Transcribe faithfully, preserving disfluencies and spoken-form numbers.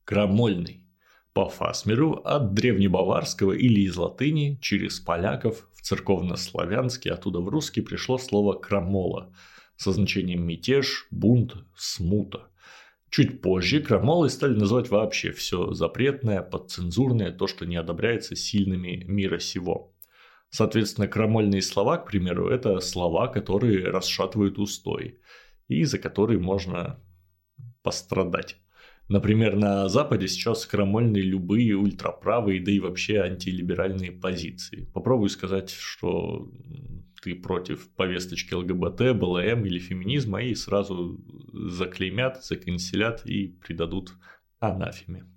Крамольный. По Фасмеру от древнебаварского или из латыни через поляков в церковнославянский, оттуда в русский пришло слово «крамола» со значением мятеж, бунт, смута. Чуть позже крамолой стали называть вообще все запретное, подцензурное, то, что не одобряется сильными мира сего. Соответственно, крамольные слова, к примеру, это слова, которые расшатывают устой и за которые можно пострадать. Например, на Западе сейчас крамольные любые ультраправые, да и вообще антилиберальные позиции. Попробуй сказать, что ты против повесточки ЛГБТ, БЛМ или феминизма, и сразу заклеймят, заканцелят и придадут анафеме.